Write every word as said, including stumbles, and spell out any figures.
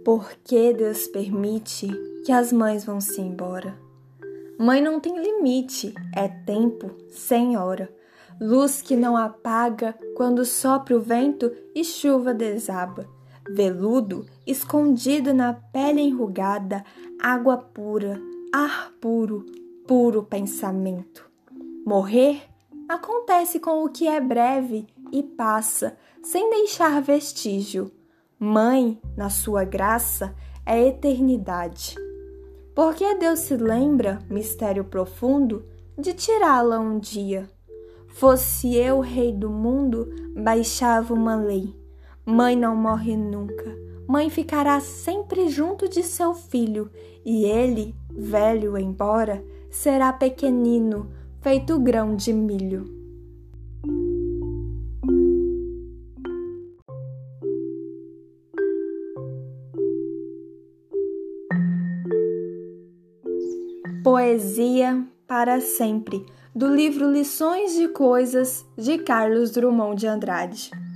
Por que Deus permite que as mães vão se embora? Mãe não tem limite, é tempo sem hora. Luz que não apaga quando sopra o vento e chuva desaba. Veludo escondido na pele enrugada, água pura, ar puro, puro pensamento. Morrer acontece com o que é breve e passa, sem deixar vestígio. Mãe, na sua graça, é eternidade. Por que Deus se lembra, mistério profundo, de tirá-la um dia? Fosse eu rei do mundo, baixava uma lei. Mãe não morre nunca. Mãe ficará sempre junto de seu filho, e ele, velho embora, será pequenino, feito grão de milho. Poesia para sempre, do livro Lições de Coisas, de Carlos Drummond de Andrade.